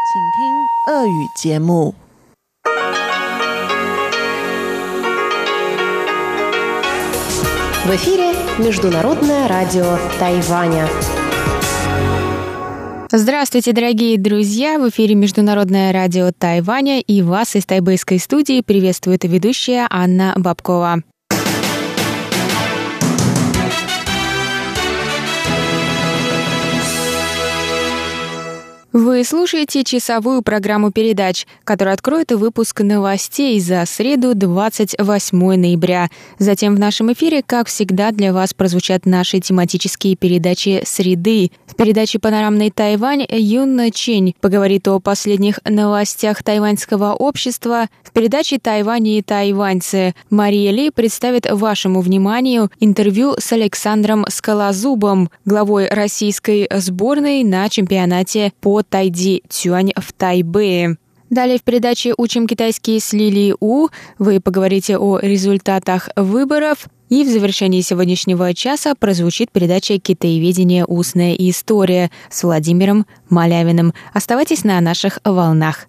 请听俄语节目。 В эфире Международное радио Тайваня. Здравствуйте, дорогие друзья! В эфире Международное радио Тайваня, и вас из тайбэйской студии приветствует ведущая Анна Бабкова. Вы слушаете часовую программу передач, которая откроет выпуск новостей за среду, 28 ноября. Затем в нашем эфире, как всегда, для вас прозвучат наши тематические передачи среды. В передаче «Панорамный Тайвань» Юнна Чень поговорит о последних новостях тайваньского общества. В передаче «Тайвань и тайваньцы» Мария Ли представит вашему вниманию интервью с Александром Скалозубом, главой российской сборной на чемпионате по Тайди Цюань в Тайбэе. Далее в передаче «Учим китайский с Лилией У» вы поговорите о результатах выборов. И в завершении сегодняшнего часа прозвучит передача «Китаеведение. Устная история» с Владимиром Малявиным. Оставайтесь на наших волнах.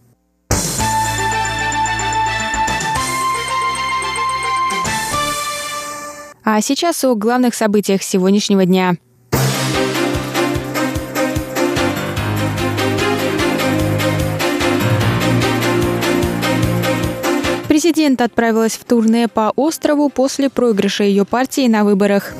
А сейчас о главных событиях сегодняшнего дня. Президент отправилась в турне по острову после проигрыша ее партии на выборах.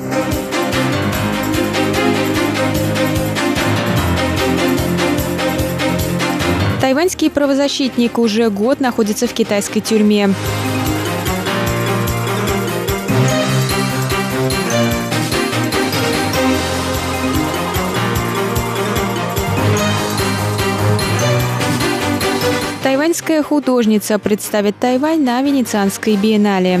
Тайваньский правозащитник уже год находится в китайской тюрьме. Тайваньская художница представит Тайвань на Венецианской биеннале.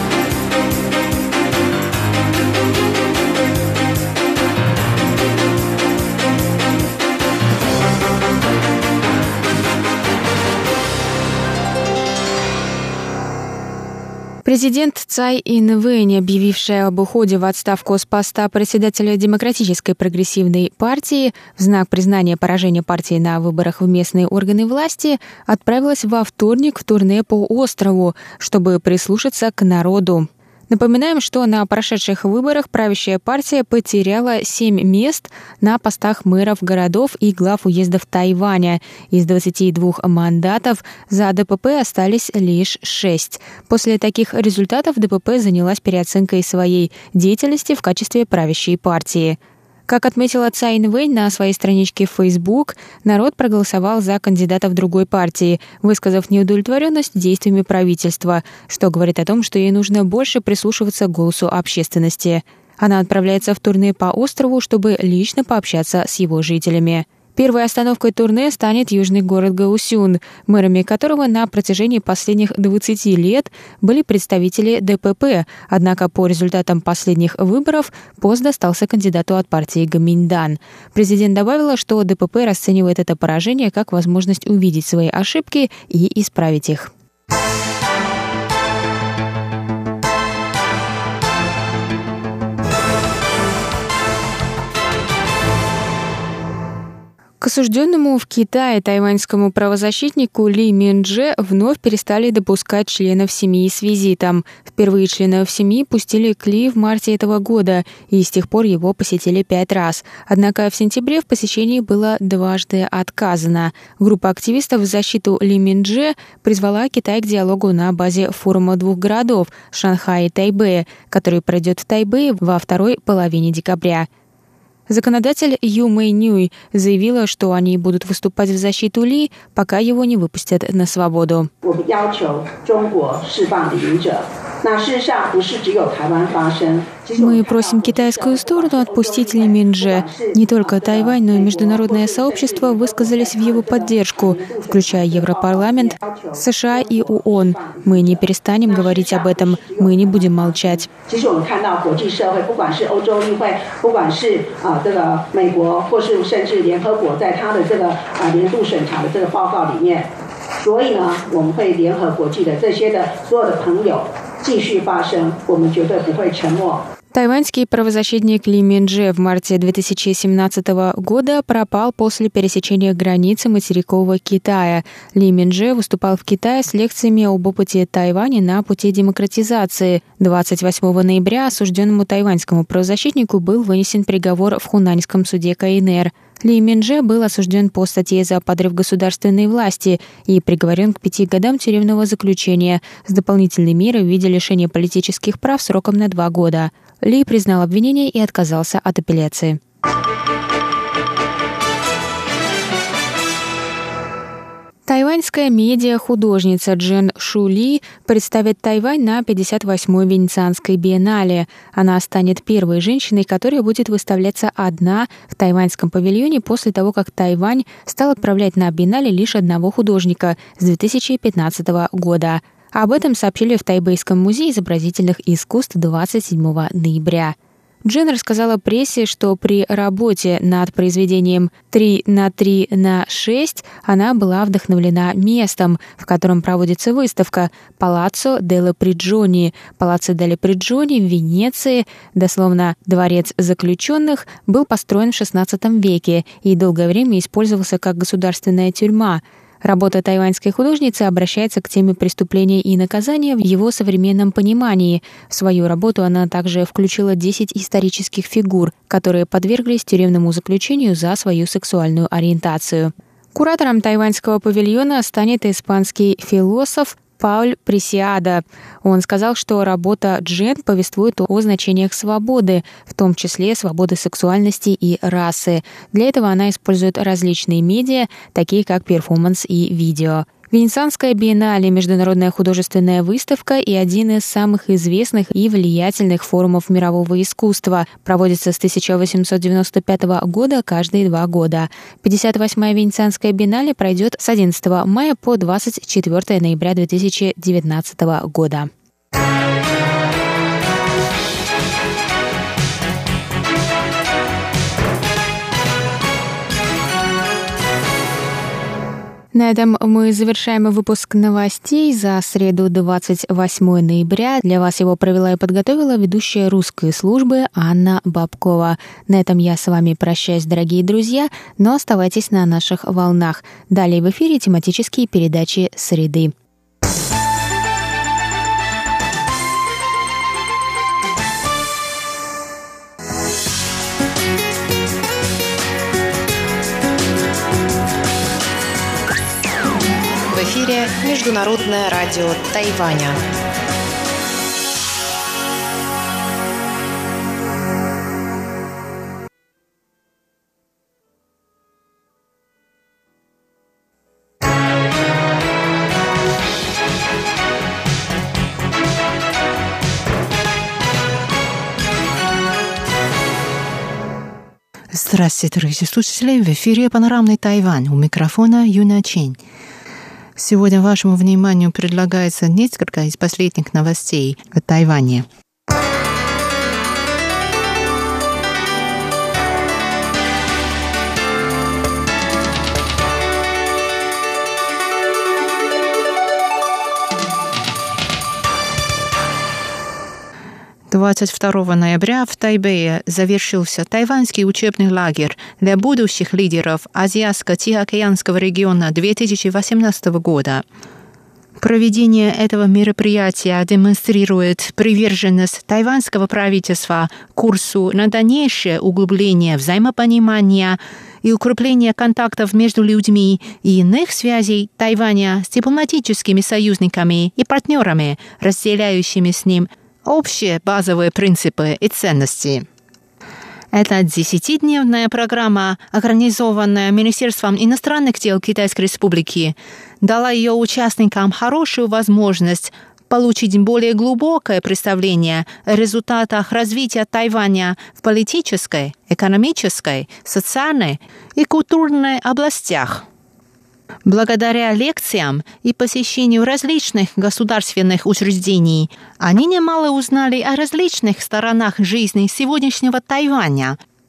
Президент Цай Ин-вэнь, объявившая об уходе в отставку с поста председателя Демократической прогрессивной партии в знак признания поражения партии на выборах в местные органы власти, отправилась во вторник в турне по острову, чтобы прислушаться к народу. Напоминаем, что на прошедших выборах правящая партия потеряла 7 мест на постах мэров городов и глав уездов Тайваня. Из 22 мандатов за ДПП остались лишь 6. После таких результатов ДПП занялась переоценкой своей деятельности в качестве правящей партии. Как отметила Цай Ин-вэнь на своей страничке в Facebook, народ проголосовал за кандидатов другой партии, высказав неудовлетворенность действиями правительства, что говорит о том, что ей нужно больше прислушиваться к голосу общественности. Она отправляется в турне по острову, чтобы лично пообщаться с его жителями. Первой остановкой турне станет южный город Гаосюн, мэрами которого на протяжении последних 20 лет были представители ДПП, однако по результатам последних выборов пост достался кандидату от партии Гоминьдан. Президент добавила, что ДПП расценивает это поражение как возможность увидеть свои ошибки и исправить их. К осужденному в Китае тайваньскому правозащитнику Ли Миндже вновь перестали допускать членов семьи с визитом. Впервые членов семьи пустили к Ли в марте этого года, и с тех пор его посетили 5 раз. Однако в сентябре в посещении было дважды отказано. Группа активистов в защиту Ли Миндже призвала Китай к диалогу на базе форума 2 городов – Шанхая и Тайбэя, который пройдет в Тайбэе во второй половине декабря. Законодатель Ю Мэй-нюй заявила, что они будут выступать в защиту Ли, пока его не выпустят на свободу. Мы просим китайскую сторону отпустить Ли Миндже. Не только Тайвань, но и международное сообщество высказались в его поддержку, включая Европарламент, США и ООН. Мы не перестанем говорить об этом, мы не будем молчать. Тайваньский правозащитник Ли Минже в марте 2017 года пропал после пересечения границы материкового Китая. Ли Минже выступал в Китае с лекциями об опыте Тайваня на пути демократизации. 28 ноября осужденному тайваньскому правозащитнику был вынесен приговор в Хунаньском суде КНР. Ли Минже был осужден по статье за подрыв государственной власти и приговорен к 5 годам тюремного заключения с дополнительной мерой в виде лишения политических прав сроком на 2 года. Ли признал обвинение и отказался от апелляции. Тайваньская медиа-художница Джен Шу Ли представит Тайвань на 58-й Венецианской биеннале. Она станет первой женщиной, которая будет выставляться одна в тайваньском павильоне после того, как Тайвань стал отправлять на биеннале лишь одного художника с 2015 года. Об этом сообщили в Тайбэйском музее изобразительных искусств 27 ноября. Джен рассказала прессе, что при работе над произведением 3x3x6 она была вдохновлена местом, в котором проводится выставка Палаццо делле Приджони. Палаццо делле Приджони в Венеции, дословно «дворец заключенных», был построен в XVI веке и долгое время использовался как государственная тюрьма. Работа тайваньской художницы обращается к теме преступления и наказания в его современном понимании. В свою работу она также включила 10 исторических фигур, которые подверглись тюремному заключению за свою сексуальную ориентацию. Куратором тайваньского павильона станет испанский философ Пауль Пресиадо. Он сказал, что работа Джен повествует о значениях свободы, в том числе свободы сексуальности и расы. Для этого она использует различные медиа, такие как перформанс и видео. Венецианская биеннале – международная художественная выставка и один из самых известных и влиятельных форумов мирового искусства. Проводится с 1895 года каждые 2 года. 58-я Венецианская биеннале пройдет с 11 мая по 24 ноября 2019 года. На этом мы завершаем выпуск новостей за среду 28 ноября. Для вас его провела и подготовила ведущая русской службы Анна Бабкова. На этом я с вами прощаюсь, дорогие друзья, но оставайтесь на наших волнах. Далее в эфире тематические передачи «Среды». В эфире Международное радио Тайваня. Здравствуйте, дорогие слушатели! В эфире «Панорамный Тайвань». У микрофона Юна Чень. Сегодня вашему вниманию предлагается несколько из последних новостей о Тайване. «22 ноября в Тайбэе завершился тайваньский учебный лагерь для будущих лидеров Азиатско-Тихоокеанского региона 2018 года. Проведение этого мероприятия демонстрирует приверженность тайваньского правительства курсу на дальнейшее углубление взаимопонимания и укрепление контактов между людьми и иных связей Тайваня с дипломатическими союзниками и партнерами, разделяющими с ним общие базовые принципы и ценности. Это 10-дневная программа, организованная Министерством иностранных дел Китайской Республики, дала ее участникам хорошую возможность получить более глубокое представление о результатах развития Тайваня в политической, экономической, социальной и культурной областях. Благодаря лекциям и посещению различных государственных учреждений, они немало узнали о различных сторонах жизни сегодняшнего Тайваня,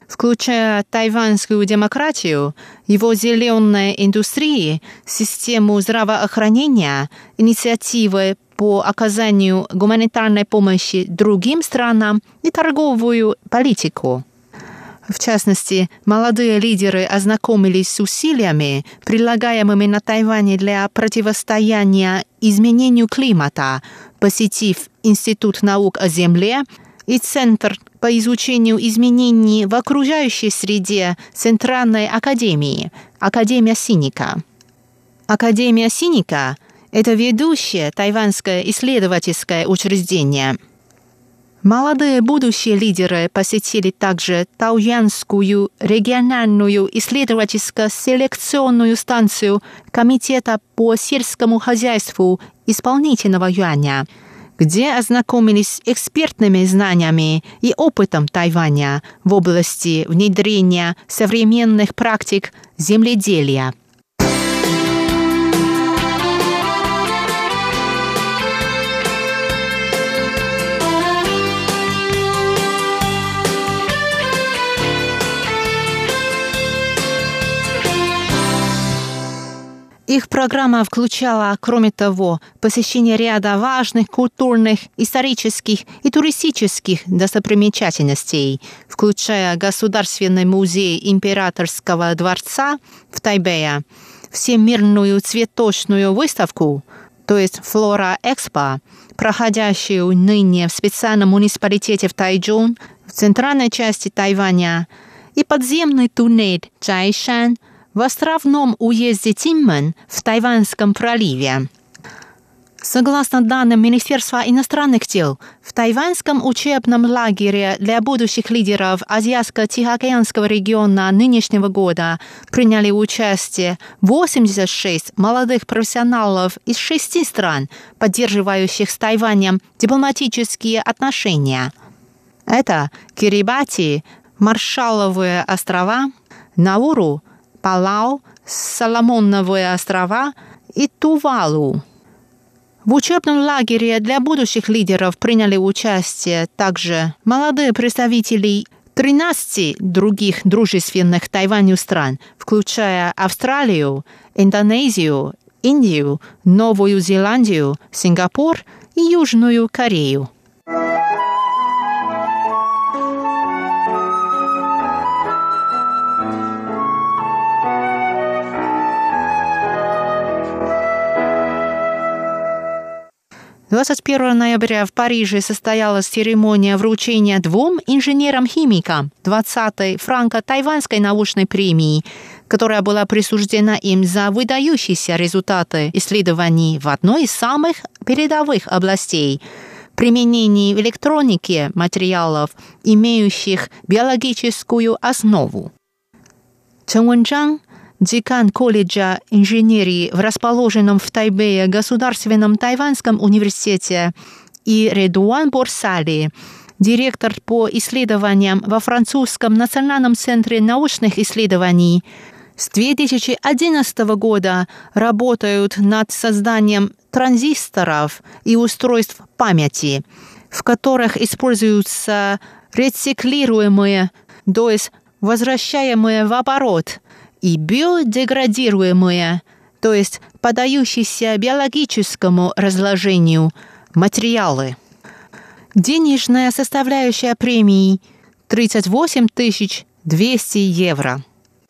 включая тайваньскую демократию, его зеленые индустрии, систему здравоохранения, инициативы по оказанию гуманитарной помощи другим странам и торговую политику. В частности, молодые лидеры ознакомились с усилиями, прилагаемыми на Тайване для противостояния изменению климата, посетив Институт наук о Земле и Центр по изучению изменений в окружающей среде Центральной академии, Академия Синика. Академия Синика – это ведущее тайваньское исследовательское учреждение. Молодые будущие лидеры посетили также Таоюаньскую региональную исследовательско-селекционную станцию Комитета по сельскому хозяйству исполнительного юаня, где ознакомились с экспертными знаниями и опытом Тайваня в области внедрения современных практик земледелия. Их программа включала, кроме того, посещение ряда важных культурных, исторических и туристических достопримечательностей, включая Государственный музей Императорского дворца в Тайбэе, Всемирную цветочную выставку, то есть Флора Экспо, проходящую ныне в специальном муниципалитете в Тайчжун, в центральной части Тайваня, и подземный туннель Чайшань в островном уезде Тиньмэн в Тайваньском проливе. Согласно данным Министерства иностранных дел, в тайваньском учебном лагере для будущих лидеров Азиатско-Тихоокеанского региона нынешнего года приняли участие 86 молодых профессионалов из 6 стран, поддерживающих с Тайванем дипломатические отношения. Это Кирибати, Маршалловые острова, Науру, Палау, Соломоновые острова и Тувалу. В учебном лагере для будущих лидеров приняли участие также молодые представители 13 других дружественных Тайваню стран, включая Австралию, Индонезию, Индию, Новую Зеландию, Сингапур и Южную Корею. – 21 ноября в Париже состоялась церемония вручения 2 инженерам-химикам 20-й франко-тайваньской научной премии, которая была присуждена им за выдающиеся результаты исследований в одной из самых передовых областей – применении в электронике материалов, имеющих биологическую основу. Чен Вэньчжан, декан колледжа инженерии в расположенном в Тайбэе Государственном тайваньском университете, и Редуан Борсали, директор по исследованиям во Французском национальном центре научных исследований, с 2011 года работают над созданием транзисторов и устройств памяти, в которых используются рециклируемые, то есть возвращаемые в оборот, и биодеградируемые, то есть поддающиеся биологическому разложению, материалы. Денежная составляющая премии – 38 200 евро.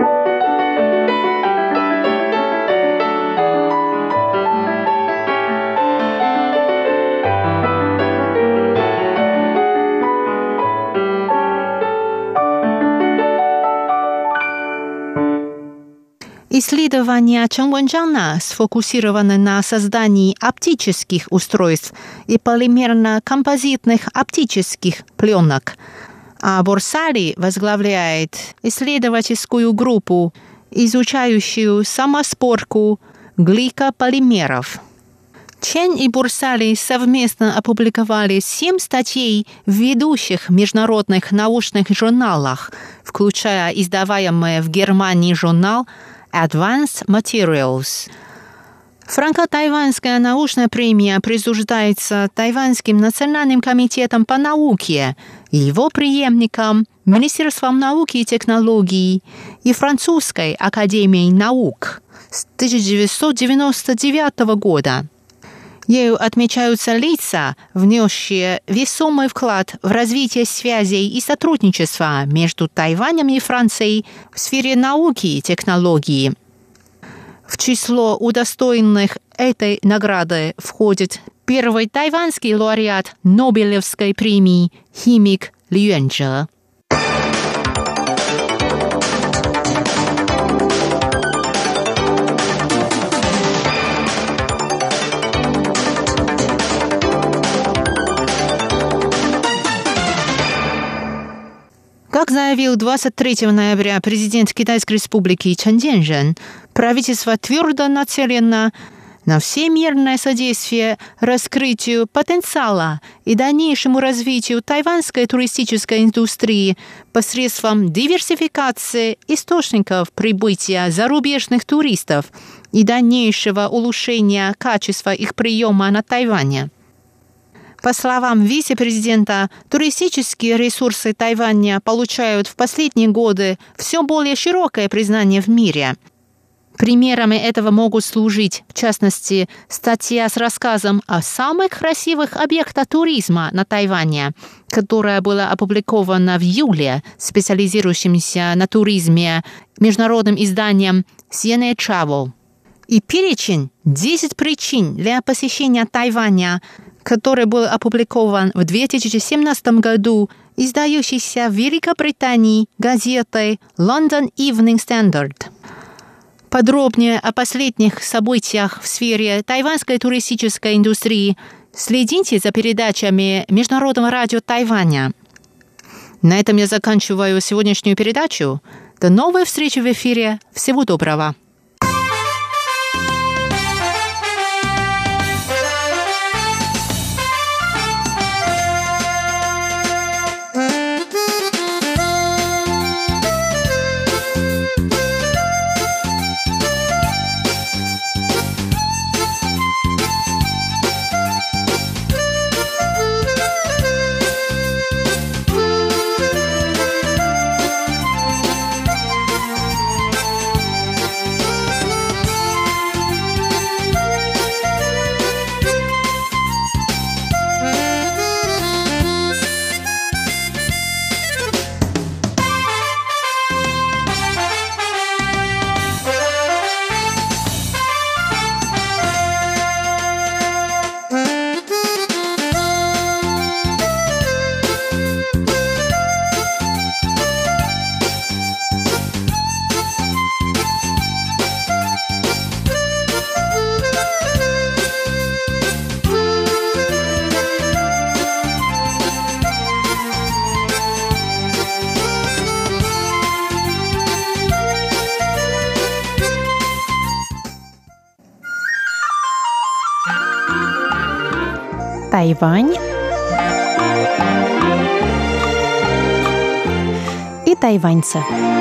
Исследования Чен Вэньчжана сфокусированы на создании оптических устройств и полимерно-композитных оптических пленок, а Борсали возглавляет исследовательскую группу, изучающую самоспорку гликополимеров. Чен и Борсали совместно опубликовали 7 статей в ведущих международных научных журналах, включая издаваемый в Германии журнал Advanced Materials. Франко-тайваньская научная премия присуждается Тайваньским национальным комитетом по науке и его преемникам Министерством науки и технологий и Французской академией наук с 1999 года. Ею отмечаются лица, внесшие весомый вклад в развитие связей и сотрудничества между Тайванем и Францией в сфере науки и технологий. В число удостоенных этой награды входит первый тайваньский лауреат Нобелевской премии химик Ли Юаньчже. Как заявил 23 ноября президент Китайской республики Чен Чжэньжэн, правительство твердо нацелено на всемирное содействие раскрытию потенциала и дальнейшему развитию тайваньской туристической индустрии посредством диверсификации источников прибытия зарубежных туристов и дальнейшего улучшения качества их приема на Тайване. По словам вице-президента, туристические ресурсы Тайваня получают в последние годы все более широкое признание в мире. Примерами этого могут служить, в частности, статья с рассказом о самых красивых объектах туризма на Тайване, которая была опубликована в июле специализирующимся на туризме международным изданием CNA Travel. И перечень 10 причин для посещения Тайваня, который был опубликован в 2017 году, издающийся в Великобритании газетой London Evening Standard. Подробнее о последних событиях в сфере тайваньской туристической индустрии следите за передачами Международного радио Тайваня. На этом я заканчиваю сегодняшнюю передачу. До новой встречи в эфире. Всего доброго. Тайвань и тайваньцы.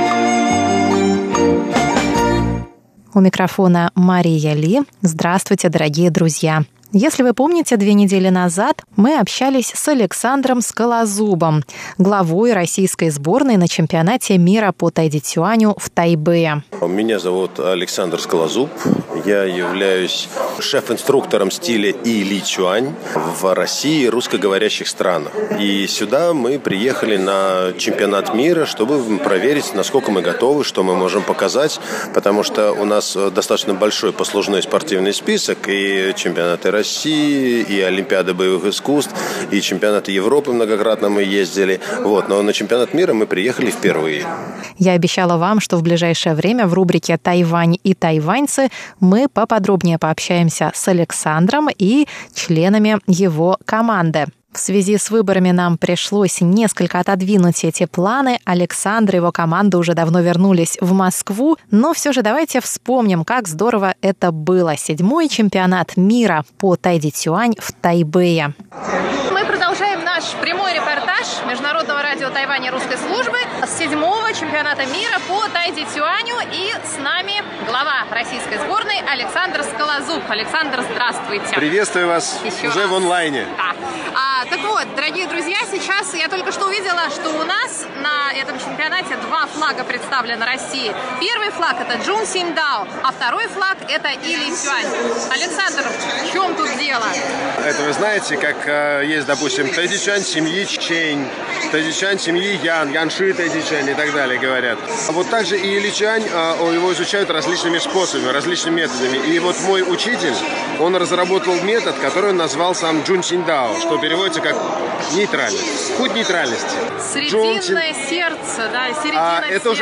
У микрофона Мария Ли. Здравствуйте, дорогие друзья! Если вы помните, 2 недели назад мы общались с Александром Скалозубом, главой российской сборной на чемпионате мира по тайди-цюаню в Тайбэе. Меня зовут Александр Скалозуб. Я являюсь шеф-инструктором стиля И-Ли-Цюань в России и русскоговорящих странах. И сюда мы приехали на чемпионат мира, чтобы проверить, насколько мы готовы, что мы можем показать, потому что у нас достаточно большой послужной спортивный список, и чемпионаты России, и Олимпиады боевых искусств, и чемпионаты Европы многократно мы ездили. Но на чемпионат мира мы приехали впервые. Я обещала вам, что в ближайшее время в рубрике «Тайвань и тайваньцы» мы поподробнее пообщаемся с Александром и членами его команды. В связи с выборами нам пришлось несколько отодвинуть эти планы. Александр и его команда уже давно вернулись в Москву, но все же давайте вспомним, как здорово это было. 7-й чемпионат мира по тайди-цюань в Тайбэе. Мы продолжаем наш прямой репортаж Международного радио Тайваня русской службы с 7-го чемпионата мира по тайди-цюаню. И с нами глава российской сборной Александр Скалозуб. Александр, здравствуйте. Приветствую вас еще уже раз. В онлайне. Да. Так вот, дорогие друзья, сейчас я только что увидела, что у нас на этом чемпионате 2 флага представлены России. Первый флаг – это Джун Синьдао, а второй флаг – это И Личуань. Александр, в чем тут дело? Это вы знаете, как есть, допустим, Тайдичань семьи Чэнь, Тайдичань семьи Ян, Янши Тайдичань и так далее говорят. А вот также и Личуань, его изучают различными способами, различными методами. И вот мой учитель, он разработал метод, который он назвал сам Джун Синьдао, что переводится как нейтральность, путь нейтральности. Срединное сердце, да, середина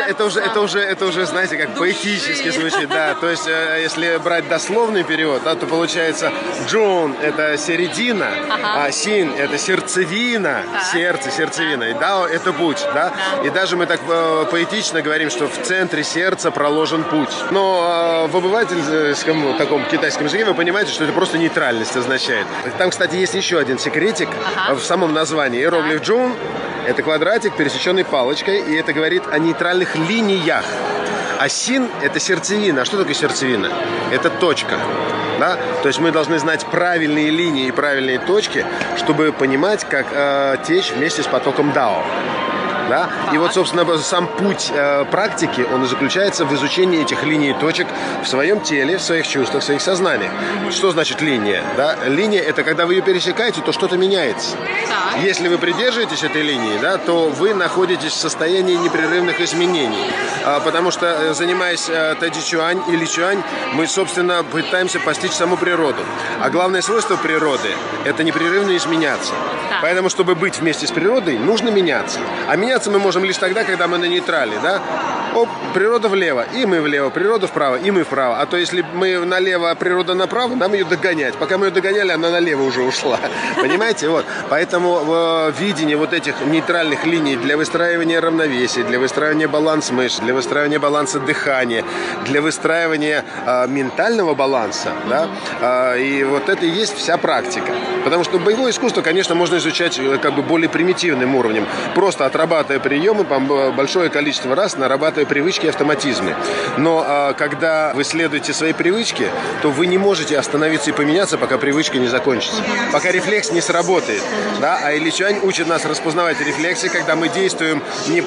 это уже, знаете, как души. Поэтически звучит, да. То есть, если брать дословный перевод, да, то получается Джун – это середина, а Син – это сердцевина, сердце, сердцевина, и Дао – это путь, да. И даже мы так поэтично говорим, что в центре сердца проложен путь. Но в обывательском таком китайском языке вы понимаете, что это просто нейтральность означает. Там, кстати, есть еще один секретик в самом названии. Иероглиф Джун – это квадратик, пересеченный палочкой, и это говорит о нейтральных линиях. А Син – это сердцевина. А что такое сердцевина? Это точка. Да? То есть мы должны знать правильные линии и правильные точки, чтобы понимать, как течь вместе с потоком Дао. Да? И вот, собственно, сам путь практики, он и заключается в изучении этих линий и точек в своем теле, в своих чувствах, в своих сознаниях. Что значит линия? Да? Линия – это когда вы ее пересекаете, то что-то меняется. Если вы придерживаетесь этой линии, да, то вы находитесь в состоянии непрерывных изменений. Потому что, занимаясь тайчжуань и личуань, мы, собственно, пытаемся постичь саму природу. А главное свойство природы – это непрерывно изменяться. Поэтому, чтобы быть вместе с природой, нужно меняться. А меняться мы можем лишь тогда, когда мы на нейтрале, да? Оп, природа влево, и мы влево, природа вправо, и мы вправо. А то если мы налево, а природа направо, нам ее догонять. Пока мы ее догоняли, она налево уже ушла. Понимаете? Вот. Поэтому в видении вот этих нейтральных линий для выстраивания равновесия, для выстраивания баланса мышц, для выстраивания баланса дыхания, для выстраивания ментального баланса, да? И вот это и есть вся практика. Потому что боевое искусство, конечно, можно изучать как бы более примитивным уровнем. Просто отрабатывая приемы большое количество раз, нарабатывая привычки и автоматизмы. Но когда вы следуете своей привычке, то вы не можете остановиться и поменяться, пока привычка не закончится. Пока рефлекс не сработает. Да? А Личуань учит нас распознавать рефлексы, когда мы действуем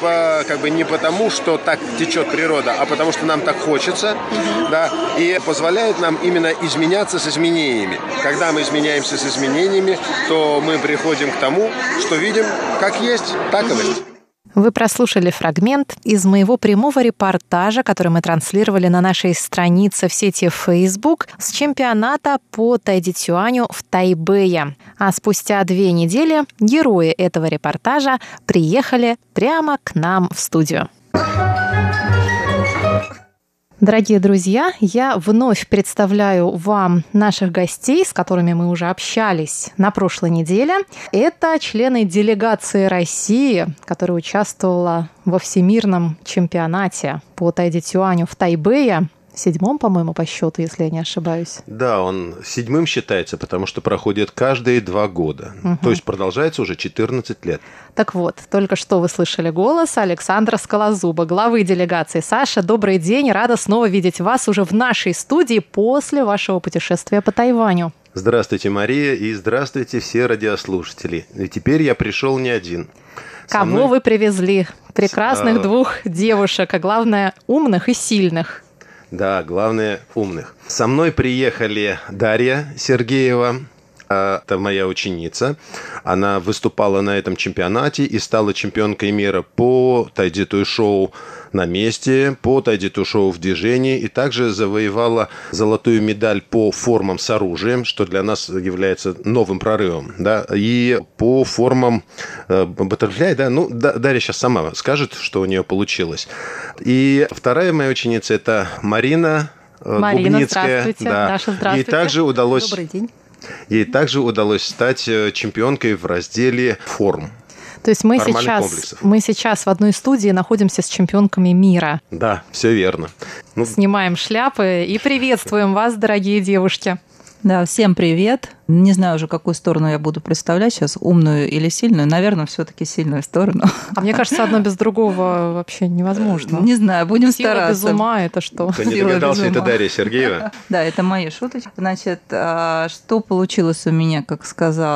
не потому, что так течет природа, а потому что нам так хочется. Да? И позволяет нам именно изменяться с изменениями. Когда мы изменяемся с изменениями, то мы приходим к тому, что видим, как есть, так и есть. Вы прослушали фрагмент из моего прямого репортажа, который мы транслировали на нашей странице в сети Facebook с чемпионата по тайцзюаню в Тайбэе. А спустя 2 недели герои этого репортажа приехали прямо к нам в студию. Дорогие друзья, я вновь представляю вам наших гостей, с которыми мы уже общались на прошлой неделе. Это члены делегации России, которая участвовала во всемирном чемпионате по тайцзюаню в Тайбэе. 7-м, по-моему, по счету, если я не ошибаюсь. Да, он 7-м считается, потому что проходит каждые 2 года. То есть продолжается уже 14 лет. Так вот, только что вы слышали голос Александра Скалозуба, главы делегации. Саша, добрый день, рада снова видеть вас уже в нашей студии после вашего путешествия по Тайваню. Здравствуйте, Мария, и здравствуйте все радиослушатели. И теперь я пришел не один. Кого вы привезли? Прекрасных 2 девушек, а главное, умных и сильных. Да, главное, умных. Со мной приехали Дарья Сергеева, это моя ученица. Она выступала на этом чемпионате и стала чемпионкой мира по тайцзи-туй-шоу на месте, по тайцзи-туй-шоу в движении, и также завоевала золотую медаль по формам с оружием, что для нас является новым прорывом, да, и по формам баттерфляй, да, ну, Дарья сейчас сама скажет, что у нее получилось. И вторая моя ученица – это Марина Губницкая. Здравствуйте. Да. Даша, здравствуйте. Ей также удалось... Добрый день. Ей также удалось стать чемпионкой в разделе форм. То есть мы сейчас в одной студии находимся с чемпионками мира. Да, все верно. Снимаем шляпы и приветствуем вас, дорогие девушки. Да, всем привет. Не знаю уже, какую сторону я буду представлять сейчас, умную или сильную. Наверное, все-таки сильную сторону. А мне кажется, одно без другого вообще невозможно. Не знаю, будем Сила стараться. Сила без ума – это что? Кто не догадался, это Дарья Сергеева. Да, это мои шуточки. Значит, что получилось у меня, как сказал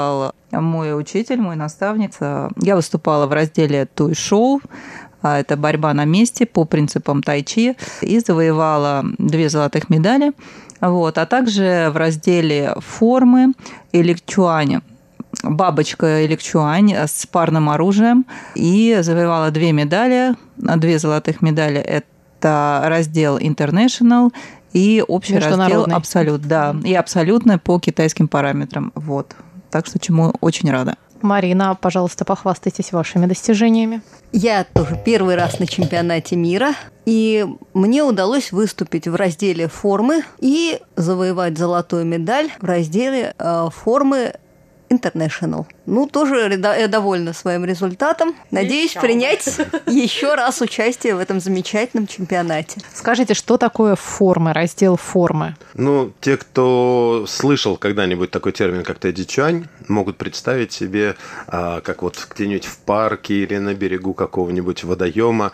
мой учитель, мой наставник. Я выступала в разделе туй-шоу. Это борьба на месте по принципам тайчи. И завоевала 2 золотых медали. Вот. А также в разделе формы иликчуань. Бабочка иликчуань с парным оружием. И завоевала 2 медали, 2 золотых медали. Это раздел International и общий раздел Абсолют. Да, и абсолютно по китайским параметрам. Вот. Так что чему очень рада. Марина, пожалуйста, похвастайтесь вашими достижениями. Я тоже первый раз на чемпионате мира, и мне удалось выступить в разделе формы и завоевать золотую медаль в разделе формы International. Ну, тоже я довольна своим результатом. Надеюсь принять еще раз участие в этом замечательном чемпионате. Скажите, что такое формы, раздел формы? Ну, те, кто слышал когда-нибудь такой термин, как тайдичуань, могут представить себе, как вот где-нибудь в парке или на берегу какого-нибудь водоема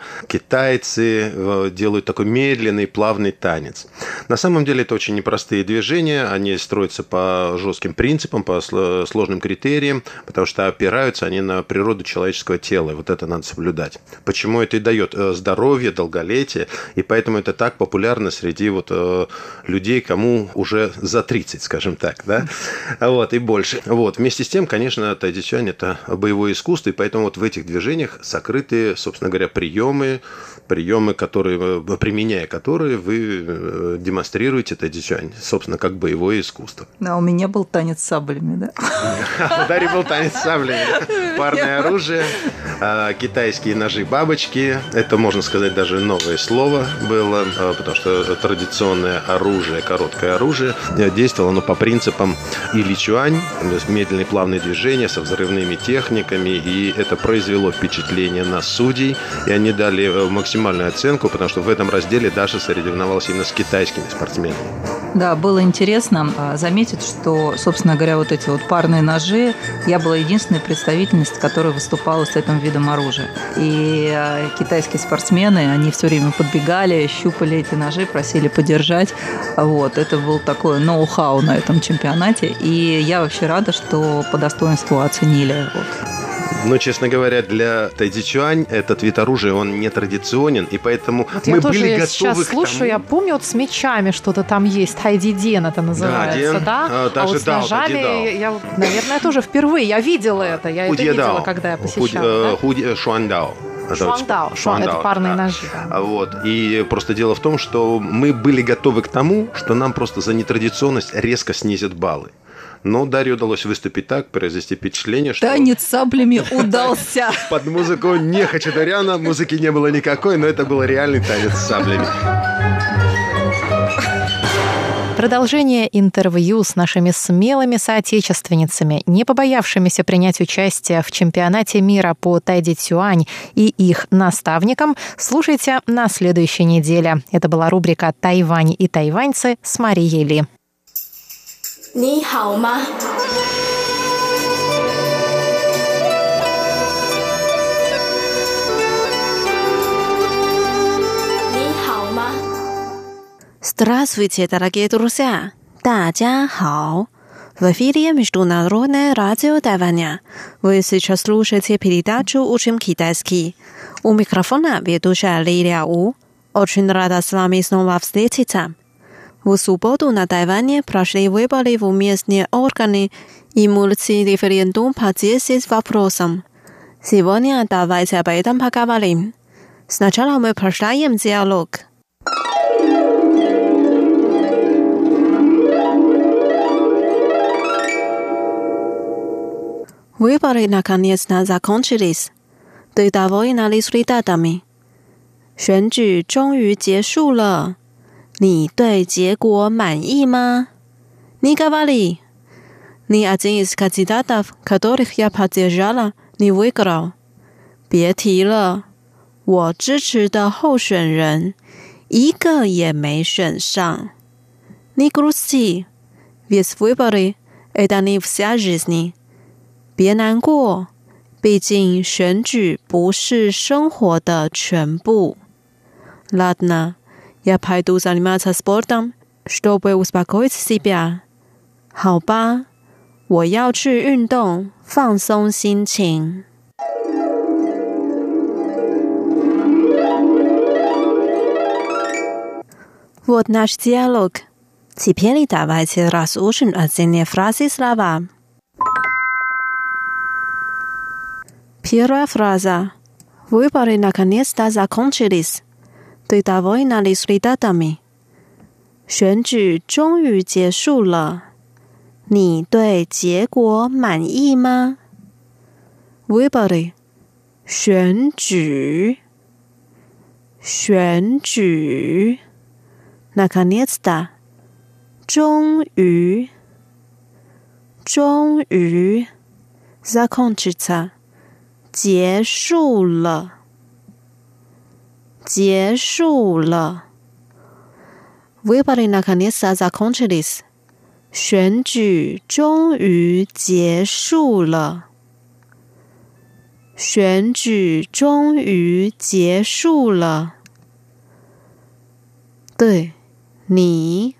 китайцы делают такой медленный, плавный танец. На самом деле это очень непростые движения, они строятся по жестким принципам, по сложным критериям, потому что опираются они на природу человеческого тела, и вот это надо соблюдать. Почему это и дает здоровье, долголетие, и поэтому это так популярно среди вот людей, кому уже за 30, скажем так, да, вот, и больше. Вот. Вместе с тем, конечно, тайдичуань – это боевое искусство, и поэтому вот в этих движениях сокрыты, собственно говоря, приемы, которые, применяя которые, вы демонстрируете тайдичуань, собственно, как боевое искусство. Да, у меня был танец с саблями, да. У Дарьи был танец с саблями. Парное оружие, китайские ножи-бабочки. Это, можно сказать, даже новое слово было, потому что традиционное оружие, короткое оружие, действовало оно по принципам иличуань, медленные плавные движения со взрывными техниками, и это произвело впечатление на судей, и они дали максимальную оценку, потому что в этом разделе Даша соревновалась именно с китайскими спортсменами. Да, было интересно заметить, что, собственно говоря, вот эти вот парные ножи, я была единственной представительницей, которая выступала с этим видом оружия. И китайские спортсмены, они все время подбегали, щупали эти ножи, просили подержать. Вот, это был такой ноу-хау на этом чемпионате. И я вообще рада, что по достоинству оценили. Вот. Но, честно говоря, для тайдичуань этот вид оружия, он не традиционен, и поэтому вот мы были готовы к тому... Я тоже сейчас слушаю, я помню, вот с мечами что-то там есть, хайдиден это называется, да? А вот с ножами, я, наверное, тоже впервые, я видела это, я это видела, когда я посещала. Шуандао. Шуандао, это парные ножи. Да. Вот. И просто дело в том, что мы были готовы к тому, что нам просто за нетрадиционность резко снизят баллы. Но Дарье удалось выступить так, произвести впечатление, что... Танец с саблями удался. Под музыку не Хачатуряна, музыки не было никакой, но это был реальный танец с саблями. Продолжение интервью с нашими смелыми соотечественницами, не побоявшимися принять участие в чемпионате мира по тайдичуань и их наставникам, слушайте на следующей неделе. Это была рубрика «Тайвань и тайваньцы» с Марией Ли. 你好吗？ Здравствуйте, дорогие друзья! 大家好! В эфире Международное радио Тайваня. Вы сейчас слушаете передачу «Учим китайский». У микрофона ведущая Лилия У. Очень рада с вами снова встретиться. В субботу на Тайване прошли выборы в местные органы и мультиреферендум по 10 вопросам. Сегодня давайте об этом поговорим. Сначала мы прочитаем диалог. Выборы наконец-то закончились. Ты довольна результатами? 选举终于结束了。你对结果满意吗? Не говори. Ни один из кандидатов, которых я поддержала, не выиграл. 别提了。我支持的候选人一个也没选上. Не грусти. Ведь выборы – это не вся жизнь. 别难过，毕竟选举不是生活的全部。Ладно, я пойду заниматься спортом, чтобы успокоить себя. 好吧， 我要去运动，放松心情。Вот наш диалог. Теперь давайте разучим отдельные фразы и слова. Первая фраза. Выборы наконец-то закончились. Ты довольна результатами? 选举终于结束了，你对结果满意吗？ Выборы 选举 наконец-то 终于 закончится 结束了 Выборы наконец-то закончились. 选举终于结束了。选举终于结束了。对，你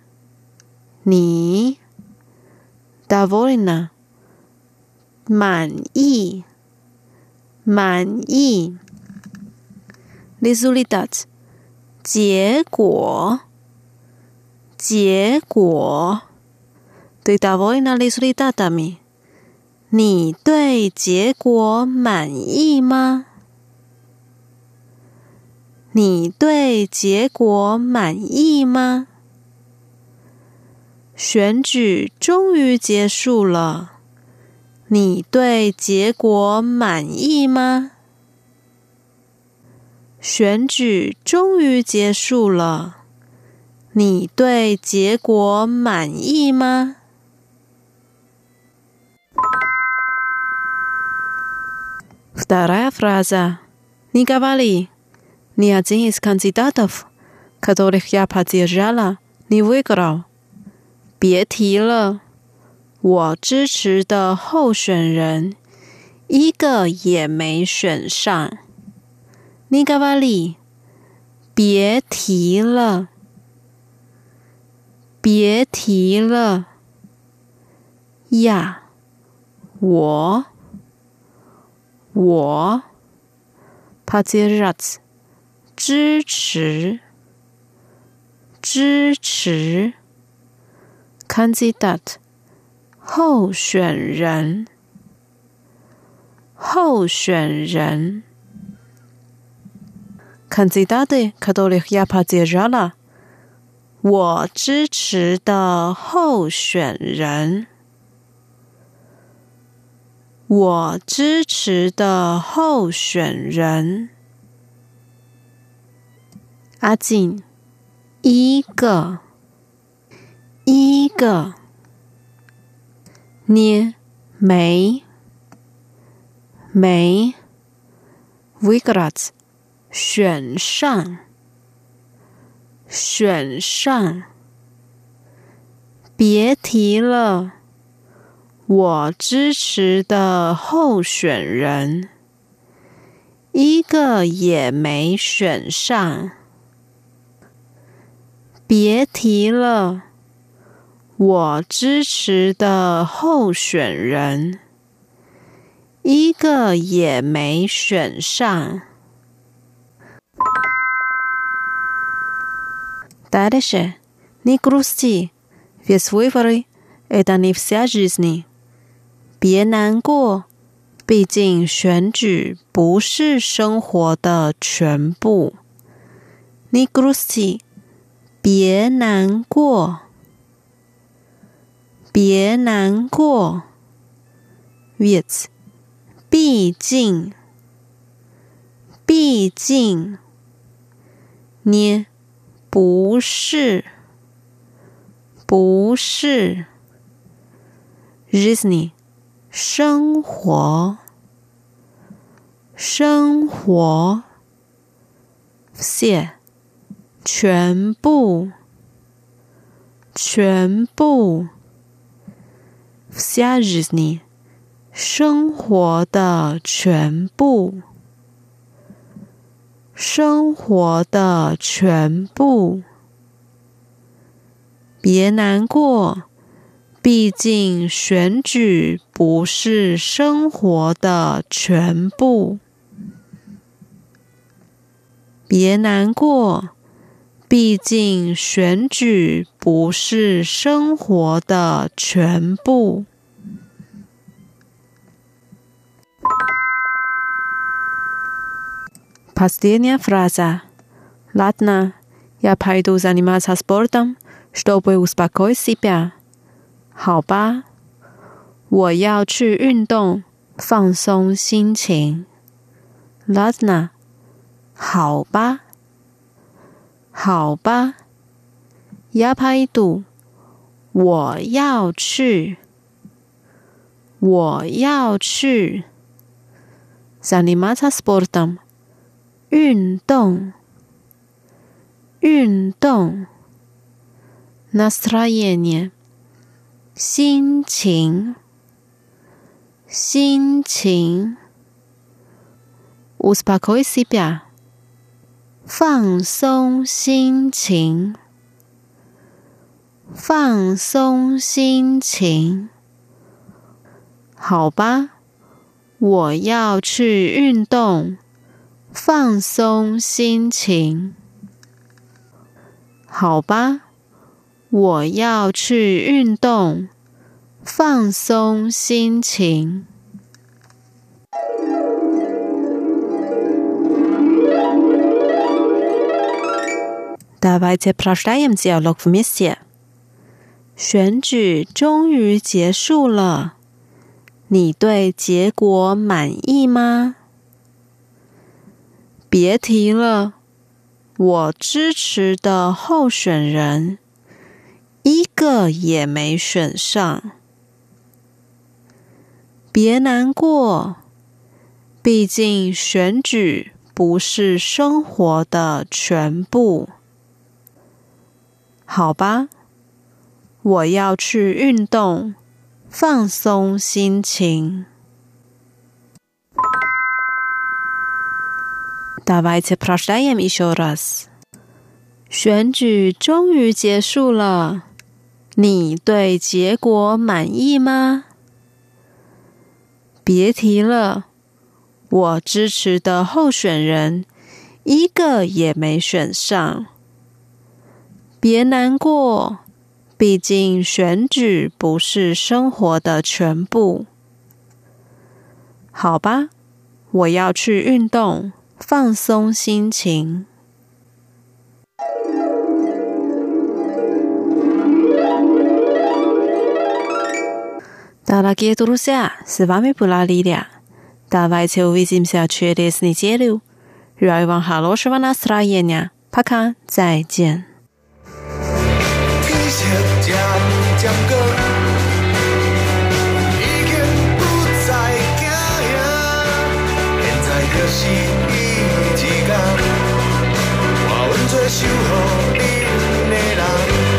довольна 满意 Результат 结果 Ты довольна результатами? 你对结果满意吗？你对结果满意吗？选举终于结束了，你对结果满意吗？选举终于结束了。你对结果满意吗？ Вторая фраза. Не говори. Ни один из кандидатов, которых я поддержала, не выиграл. 别提了，我支持的候选人一个也没选上。Не говори. 别提了。别提了呀，我 поддержать 支持 кандидат 候选人 кандидаты, которых я поддержала我支持的候选人，我支持的候选人。阿静，一个，捏没，выиграть 选上，别提了，我支持的候选人一个也没选上。别提了，我支持的候选人一个也没选上。Дальше. Не грусти. Ведь выборы – это не вся жизнь. 别难过，毕竟选举不是生活的全部。Не грусти. 别难过。别难过。Ведь 毕竟。Не不是 жизнь 生活 все 全部 вся жизнь 生活的全部别难过，毕毕竟选举不是生活的全部。别难过，毕竟选举不是生活的全部。Последняя фраза. Ладно, я пойду заниматься спортом, чтобы успокоить себя. 好吧，我要去运动，放松心情。Ладно， 好吧，好吧。Я пойду， 我要去，我要去。Заниматься спортом， 运动，运动。Настроение， 心情，心情。Успокой себя， 放松心情，放松心情。好吧，我要去运动，放松心情。好吧，我要去运动，放松心情。Давайте прочитаем диалог вместе. 选举终于结束了，你对结果满意吗？别提了，我支持的候选人一个也没选上。别难过，毕竟选举不是生活的全部。好吧，我要去运动，放松心情。Давайте прочитаем еще раз. 选举终于结束了，你对结果满意吗？别提了，我支持的候选人一个也没选上。别难过，毕竟选举不是生活的全部。好吧，我要去运动，放松心情。Дорогие друзья, с вами была Лилия. Давайте увидимся через неделю. Желаю вам хорошего настроения. Пока, 再见。 天色渐渐光，已经不再惊吓。现在就是伊一天，我愿做守护恁的人。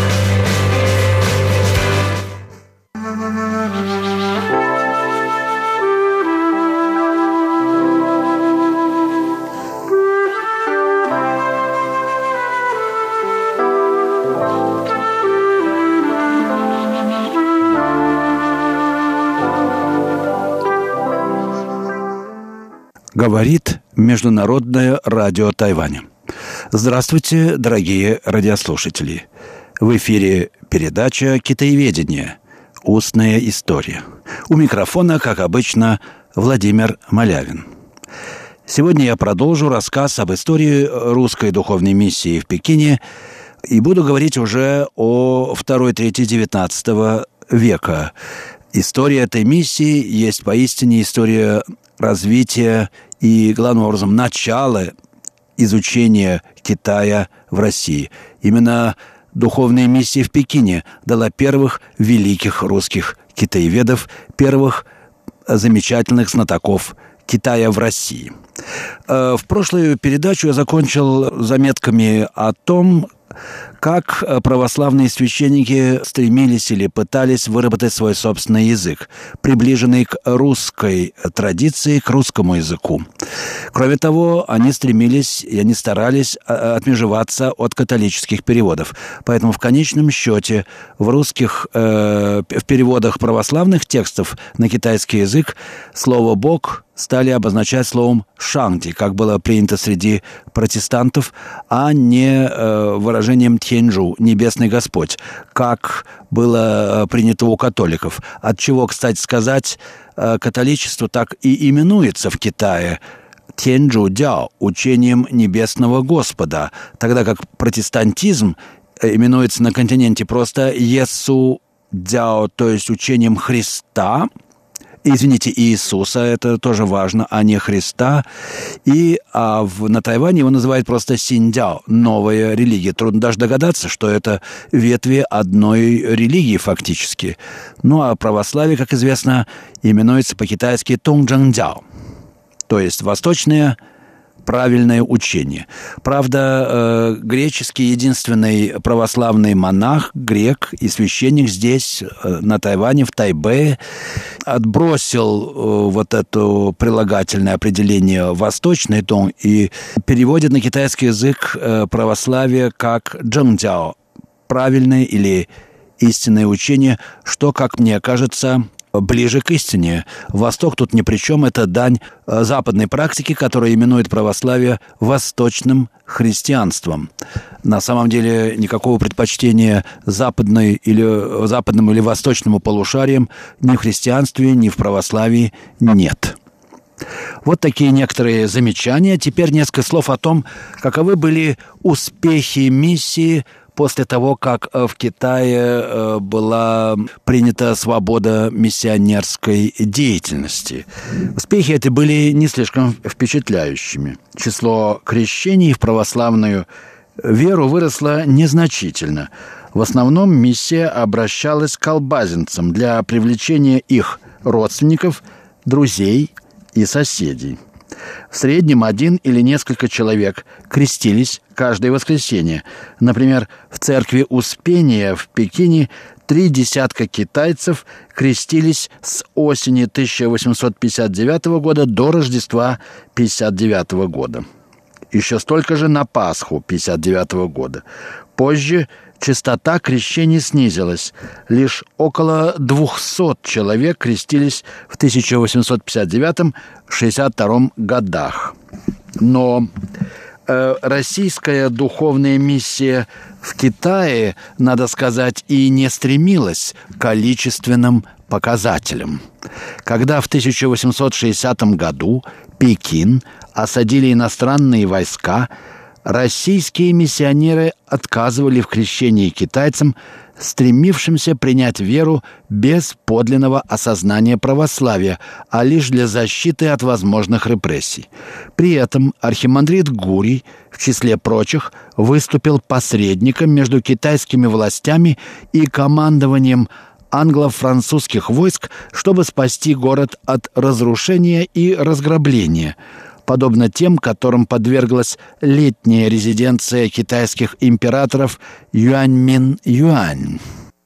Говорит Международное радио Тайваня. Здравствуйте, дорогие радиослушатели. В эфире передача «Китаеведение. Устная история». У микрофона, как обычно, Владимир Малявин. Сегодня я продолжу рассказ об истории русской духовной миссии в Пекине и буду говорить уже о второй трети XIX века. История этой миссии есть поистине история развития и, главным образом, начало изучения Китая в России. Именно духовная миссия в Пекине дала первых великих русских китаеведов, первых замечательных знатоков Китая в России. В прошлую передачу я закончил заметками о том, как православные священники стремились или пытались выработать свой собственный язык, приближенный к русской традиции, к русскому языку. Кроме того, они стремились и они старались отмежеваться от католических переводов. Поэтому в конечном счете в переводах православных текстов на китайский язык слово «Бог» стали обозначать словом «шанти», как было принято среди протестантов, а не выражением «тяньжу» – «небесный Господь», как было принято у католиков. Отчего, кстати сказать, католичество так и именуется в Китае «тяньжу дяо» – учением небесного Господа, тогда как протестантизм именуется на континенте просто «есу дяо», то есть учением Христа. Извините, Иисуса, это тоже важно, а не Христа. На Тайване его называют просто синьдяо, новая религия. Трудно даже догадаться, что это ветви одной религии фактически. Ну а православие, как известно, именуется по-китайски тунчжэнцзяо, то есть восточное правильное учение. Правда, греческий единственный православный монах, грек и священник здесь, на Тайване, в Тайбэе, отбросил вот это прилагательное определение «восточный тон» и переводит на китайский язык православие как «джэнцзяо», правильное или истинное учение, что, как мне кажется, ближе к истине. Восток тут ни при чем, это дань западной практике, которая именует православие восточным христианством. На самом деле никакого предпочтения западному или восточному полушариям ни в христианстве, ни в православии нет. Вот такие некоторые замечания. Теперь несколько слов о том, каковы были успехи миссии после того, как в Китае была принята свобода миссионерской деятельности. Успехи эти были не слишком впечатляющими. Число крещений в православную веру выросло незначительно. В основном миссия обращалась к албазинцам для привлечения их родственников, друзей и соседей. В среднем 1 или несколько человек крестились каждое воскресенье. Например, в церкви Успения в Пекине 3 десятка китайцев крестились с осени 1859 года до Рождества 1959 года. Еще столько же на Пасху 1959 года. Позже частота крещений снизилась. Лишь около 200 человек крестились в 1859-62 годах. Но российская духовная миссия в Китае, надо сказать, и не стремилась к количественным показателям. Когда в 1860 году Пекин осадили иностранные войска, российские миссионеры отказывали в крещении китайцам, стремившимся принять веру без подлинного осознания православия, а лишь для защиты от возможных репрессий. При этом архимандрит Гурий, в числе прочих, выступил посредником между китайскими властями и командованием англо-французских войск, чтобы спасти город от разрушения и разграбления, подобно тем, которым подверглась летняя резиденция китайских императоров Юаньмин-Юань.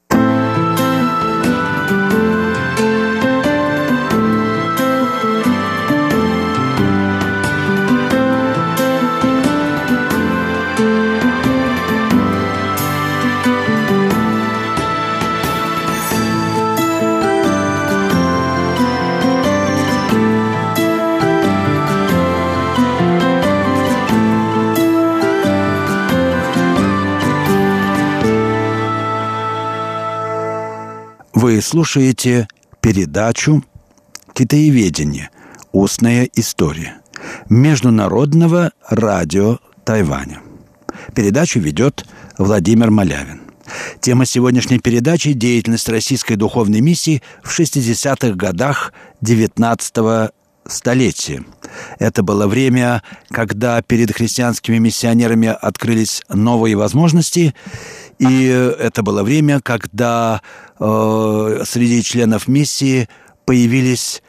Вы слушаете передачу «Китаеведение. Устная история» Международного радио Тайваня. Передачу ведет Владимир Малявин. Тема сегодняшней передачи – деятельность российской духовной миссии в 60-х годах XIX столетия. Это было время, когда перед христианскими миссионерами открылись новые возможности, и это было время, когда среди членов миссии появились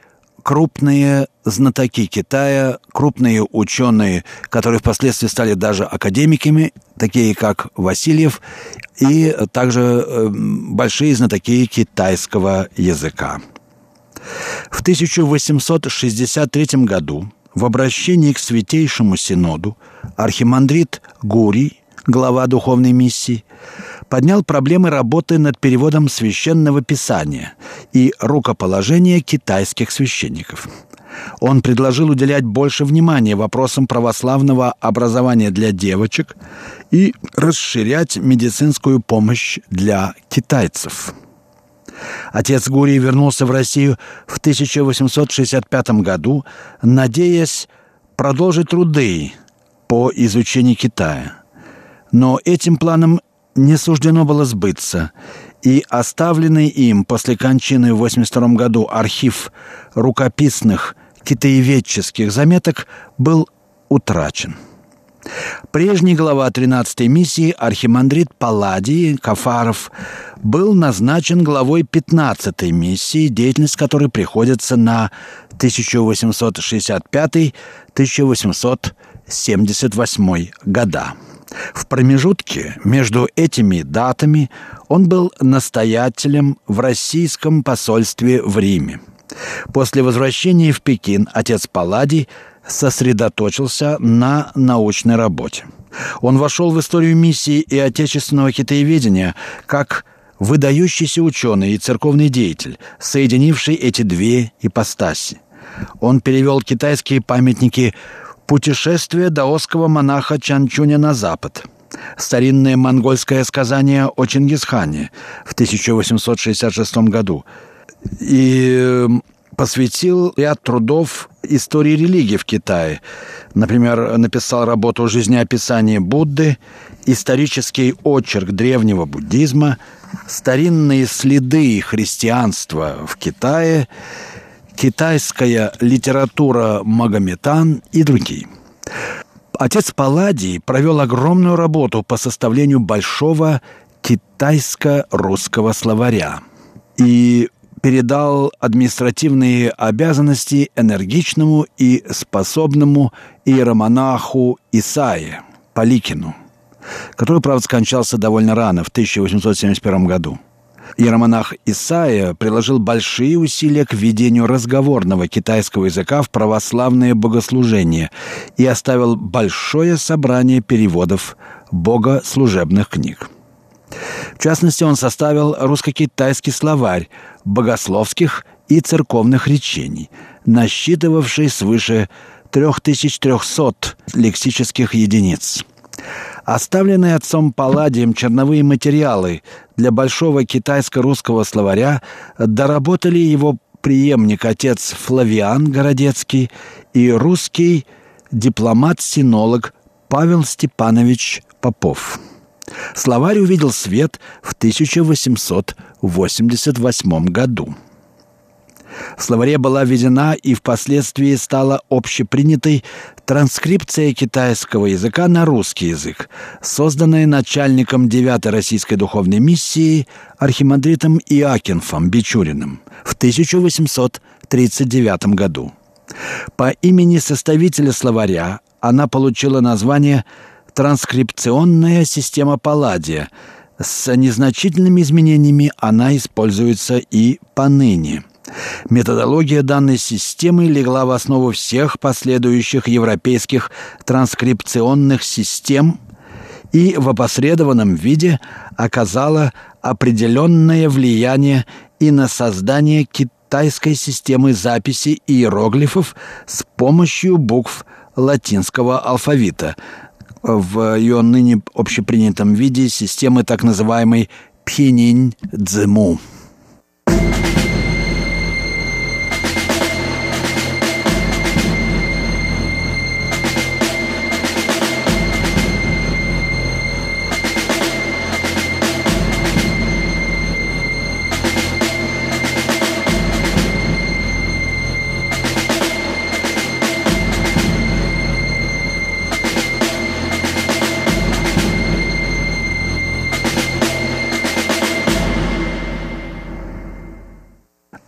крупные знатоки Китая, крупные ученые, которые впоследствии стали даже академиками, такие как Васильев, и также большие знатоки китайского языка. В 1863 году в обращении к Святейшему Синоду архимандрит Гурий, глава духовной миссии, поднял проблемы работы над переводом священного писания и рукоположения китайских священников. Он предложил уделять больше внимания вопросам православного образования для девочек и расширять медицинскую помощь для китайцев. Отец Гурий вернулся в Россию в 1865 году, надеясь продолжить труды по изучению Китая. Но этим планам не суждено было сбыться, и оставленный им после кончины в 1982 году архив рукописных китаеведческих заметок был утрачен. Прежний глава 13-й миссии архимандрит Палладий Кафаров был назначен главой 15-й миссии, деятельность которой приходится на 1865-1878 года. В промежутке между этими датами он был настоятелем в российском посольстве в Риме. После возвращения в Пекин отец Палладий сосредоточился на научной работе. Он вошел в историю миссии и отечественного китаеведения как выдающийся ученый и церковный деятель, соединивший эти две ипостаси. Он перевел китайские памятники «Путешествие даосского монаха Чанчуня на запад», старинное монгольское сказание о Чингисхане в 1866 году и посвятил ряд трудов истории религии в Китае. Например, написал работу «Жизнеописание Будды», исторический очерк древнего буддизма, старинные следы христианства в Китае, китайская литература Магометан и другие. Отец Палладий провел огромную работу по составлению большого китайско-русского словаря и передал административные обязанности энергичному и способному иеромонаху Исае Паликину, который, правда, скончался довольно рано, в 1871 году. Иеромонах Исая приложил большие усилия к введению разговорного китайского языка в православное богослужение и оставил большое собрание переводов богослужебных книг. В частности, он составил русско-китайский словарь богословских и церковных речений, насчитывавший свыше 3300 лексических единиц. Оставленные отцом Палладием черновые материалы для большого китайско-русского словаря доработали его преемник отец Флавиан Городецкий и русский дипломат-синолог Павел Степанович Попов. Словарь увидел свет в 1888 году. В словаре была введена и впоследствии стала общепринятой транскрипция китайского языка на русский язык, созданная начальником 9-й российской духовной миссии архимандритом Иоакинфом Бичуриным в 1839 году. По имени составителя словаря она получила название «Транскрипционная система Палладия». С незначительными изменениями она используется и поныне. Методология данной системы легла в основу всех последующих европейских транскрипционных систем и в опосредованном виде оказала определенное влияние и на создание китайской системы записи иероглифов с помощью букв латинского алфавита в ее ныне общепринятом виде системы так называемой Пинyin-Цзэму.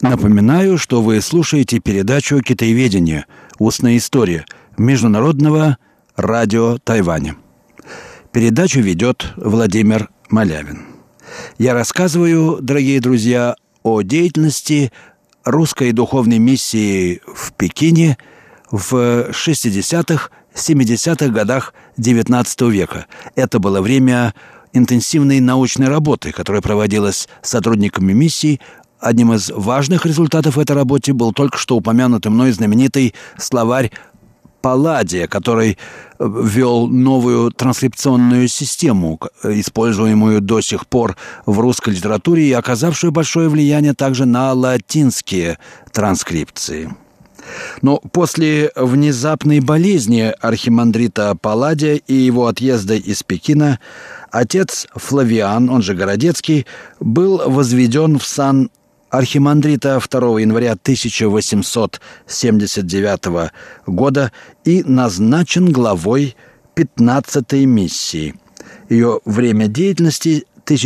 Напоминаю, что вы слушаете передачу «Китаеведение. Устная история» Международного радио Тайваня. Передачу ведет Владимир Малявин. Я рассказываю, дорогие друзья, о деятельности русской духовной миссии в Пекине в 60-х, 70-х годах XIX века. Это было время интенсивной научной работы, которая проводилась сотрудниками миссии. Одним из важных результатов этой работы был только что упомянутый мной знаменитый словарь Палладия, который ввел новую транскрипционную систему, используемую до сих пор в русской литературе и оказавшую большое влияние также на латинские транскрипции. Но после внезапной болезни архимандрита Палладия и его отъезда из Пекина отец Флавиан, он же Городецкий, был возведен в сан архимандрита 2 января 1879 года и назначен главой 15-й миссии. Ее время деятельности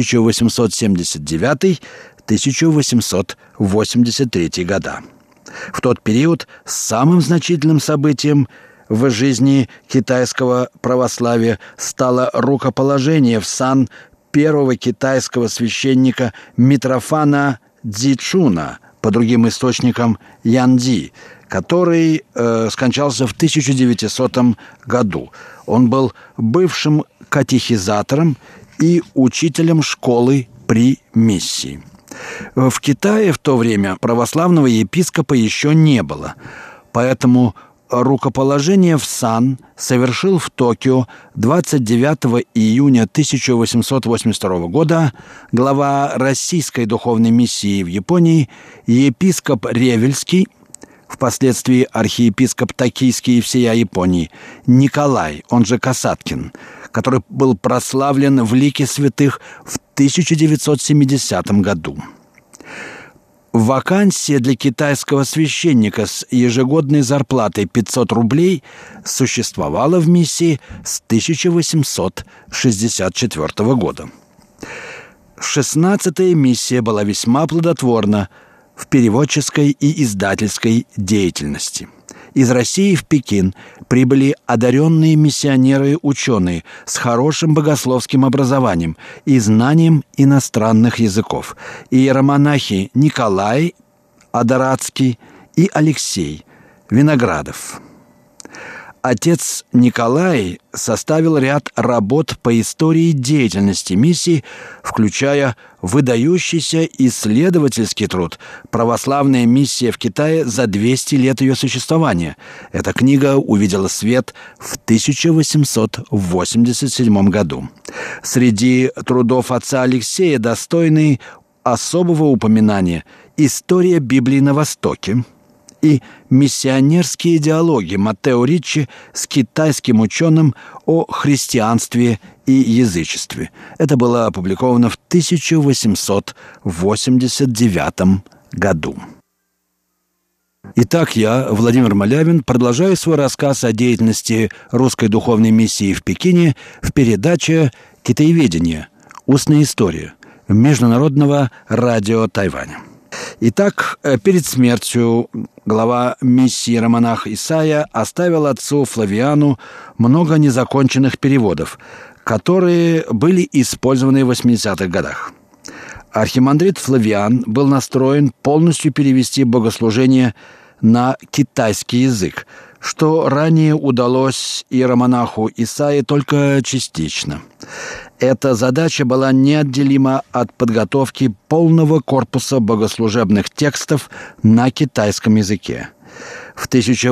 1879-1883 года. В тот период самым значительным событием в жизни китайского православия стало рукоположение в сан первого китайского священника Митрофана Цзичуна, по другим источникам Янди, который скончался в 1900 году. Он был бывшим катехизатором и учителем школы при миссии. В Китае в то время православного епископа еще не было, поэтому рукоположение в сан совершил в Токио 29 июня 1882 года глава Российской духовной миссии в Японии епископ Ревельский, впоследствии архиепископ Токийский и всея Японии, Николай, он же Касаткин, который был прославлен в лике святых в 1970 году. Вакансия для китайского священника с ежегодной зарплатой 500 рублей существовала в миссии с 1864 года. 16-я миссия была весьма плодотворна в переводческой и издательской деятельности. Из России в Пекин прибыли одаренные миссионеры-ученые с хорошим богословским образованием и знанием иностранных языков. Иеромонахи Николай Адаратский и Алексей Виноградов. Отец Николай составил ряд работ по истории деятельности миссии, включая выдающийся исследовательский труд «Православная миссия в Китае за 200 лет ее существования». Эта книга увидела свет в 1887 году. Среди трудов отца Алексея достойны особого упоминания «История Библии на Востоке» и «Миссионерские диалоги» Маттео Риччи с китайским ученым о христианстве и язычестве. Это было опубликовано в 1889 году. Итак, я, Владимир Малявин, продолжаю свой рассказ о деятельности русской духовной миссии в Пекине в передаче «Китаеведение. Устная история» Международного радио Тайваня. Итак, перед смертью глава миссии иеромонах Исайя оставил отцу Флавиану много незаконченных переводов, которые были использованы в 80-х годах. Архимандрит Флавиан был настроен полностью перевести богослужение на китайский язык, что ранее удалось иеромонаху Исаии только частично. Эта задача была неотделима от подготовки полного корпуса богослужебных текстов на китайском языке. В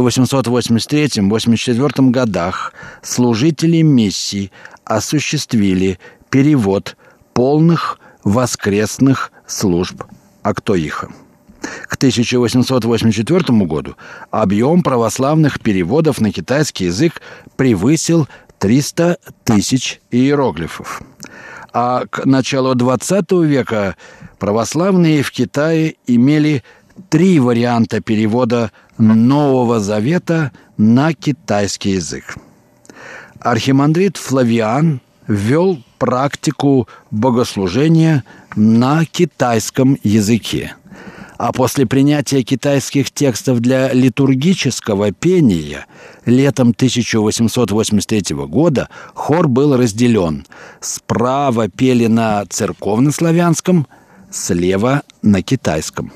1883-84 годах служители миссии осуществили перевод полных воскресных служб Актоиха. К 1884 году объем православных переводов на китайский язык превысил 300 тысяч иероглифов. А к началу XX века православные в Китае имели 3 варианта перевода Нового Завета на китайский язык. Архимандрит Флавиан ввел практику богослужения на китайском языке. А после принятия китайских текстов для литургического пения летом 1883 года хор был разделен. Справа пели на церковнославянском, слева на китайском.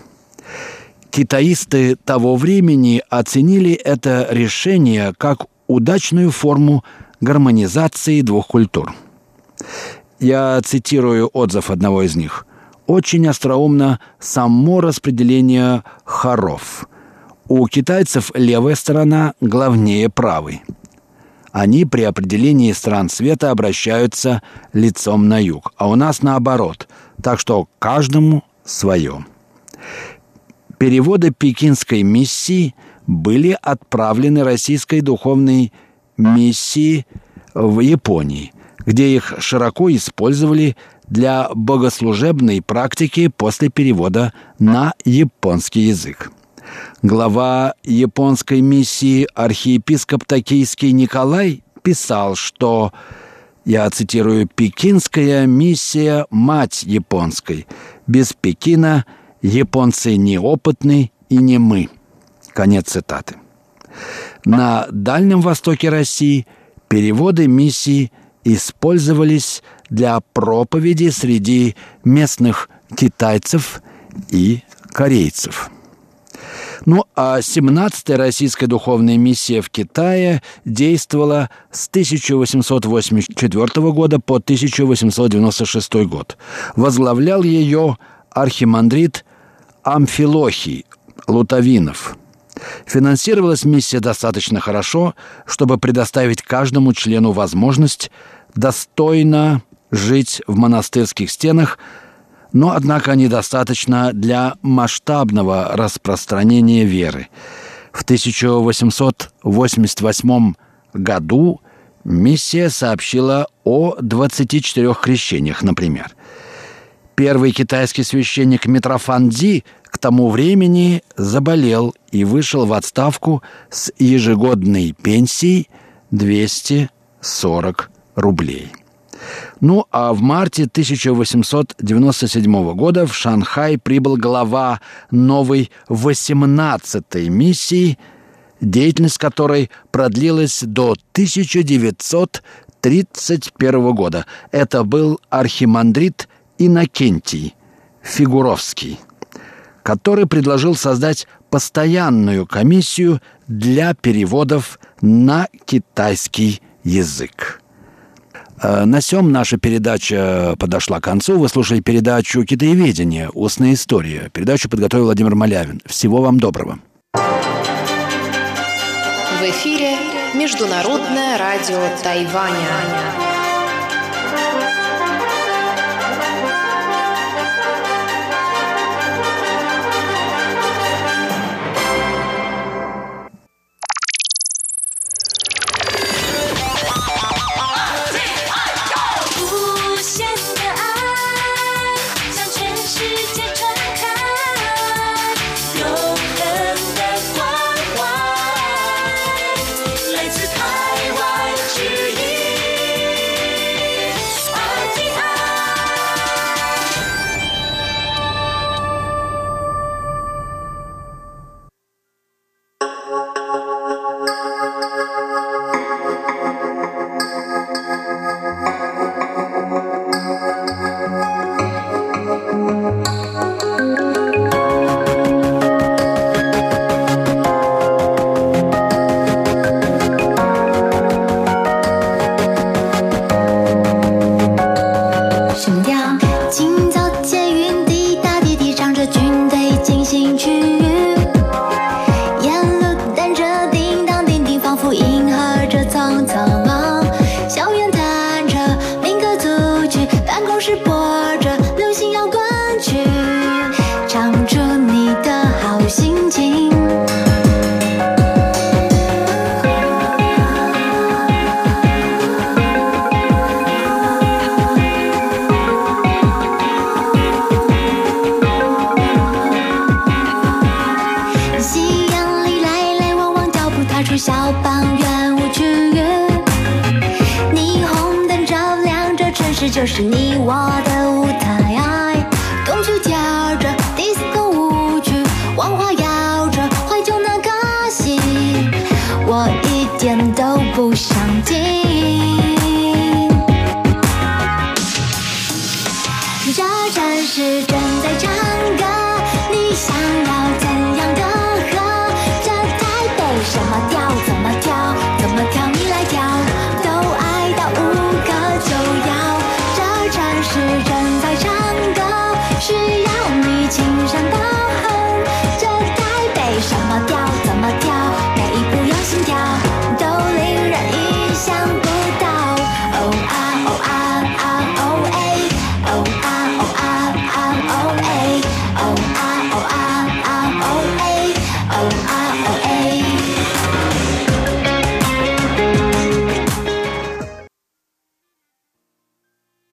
Китаисты того времени оценили это решение как удачную форму гармонизации двух культур. Я цитирую отзыв одного из них. «Очень остроумно само распределение хоров. У китайцев левая сторона главнее правой. Они при определении стран света обращаются лицом на юг, а у нас наоборот, так что каждому свое». Переводы пекинской миссии были отправлены российской духовной миссии в Японии, где их широко использовали для богослужебной практики после перевода на японский язык. Глава японской миссии архиепископ Токийский Николай писал, что, я цитирую, «пекинская миссия – мать японской. Без Пекина японцы неопытны и немы». Конец цитаты. На Дальнем Востоке России переводы миссии использовались для проповеди среди местных китайцев и корейцев. Ну а 17-я российская духовная миссия в Китае действовала с 1884 года по 1896 год. Возглавлял ее архимандрит Амфилохий Лутовинов. Финансировалась миссия достаточно хорошо, чтобы предоставить каждому члену возможность достойно жить в монастырских стенах, но, однако, недостаточно для масштабного распространения веры. В 1888 году миссия сообщила о 24 крещениях, например. Первый китайский священник Митрофан Ди к тому времени заболел и вышел в отставку с ежегодной пенсией 240 рублей. Ну, а в марте 1897 года в Шанхай прибыл глава новой 18-й миссии, деятельность которой продлилась до 1931 года. Это был архимандрит Иннокентий Фигуровский, который предложил создать постоянную комиссию для переводов на китайский язык. На сём наша передача подошла к концу. Вы слушали передачу «Китаеведение. Устная история». Передачу подготовил Владимир Малявин. Всего вам доброго. В эфире Международное радио Тайваня. 就是你。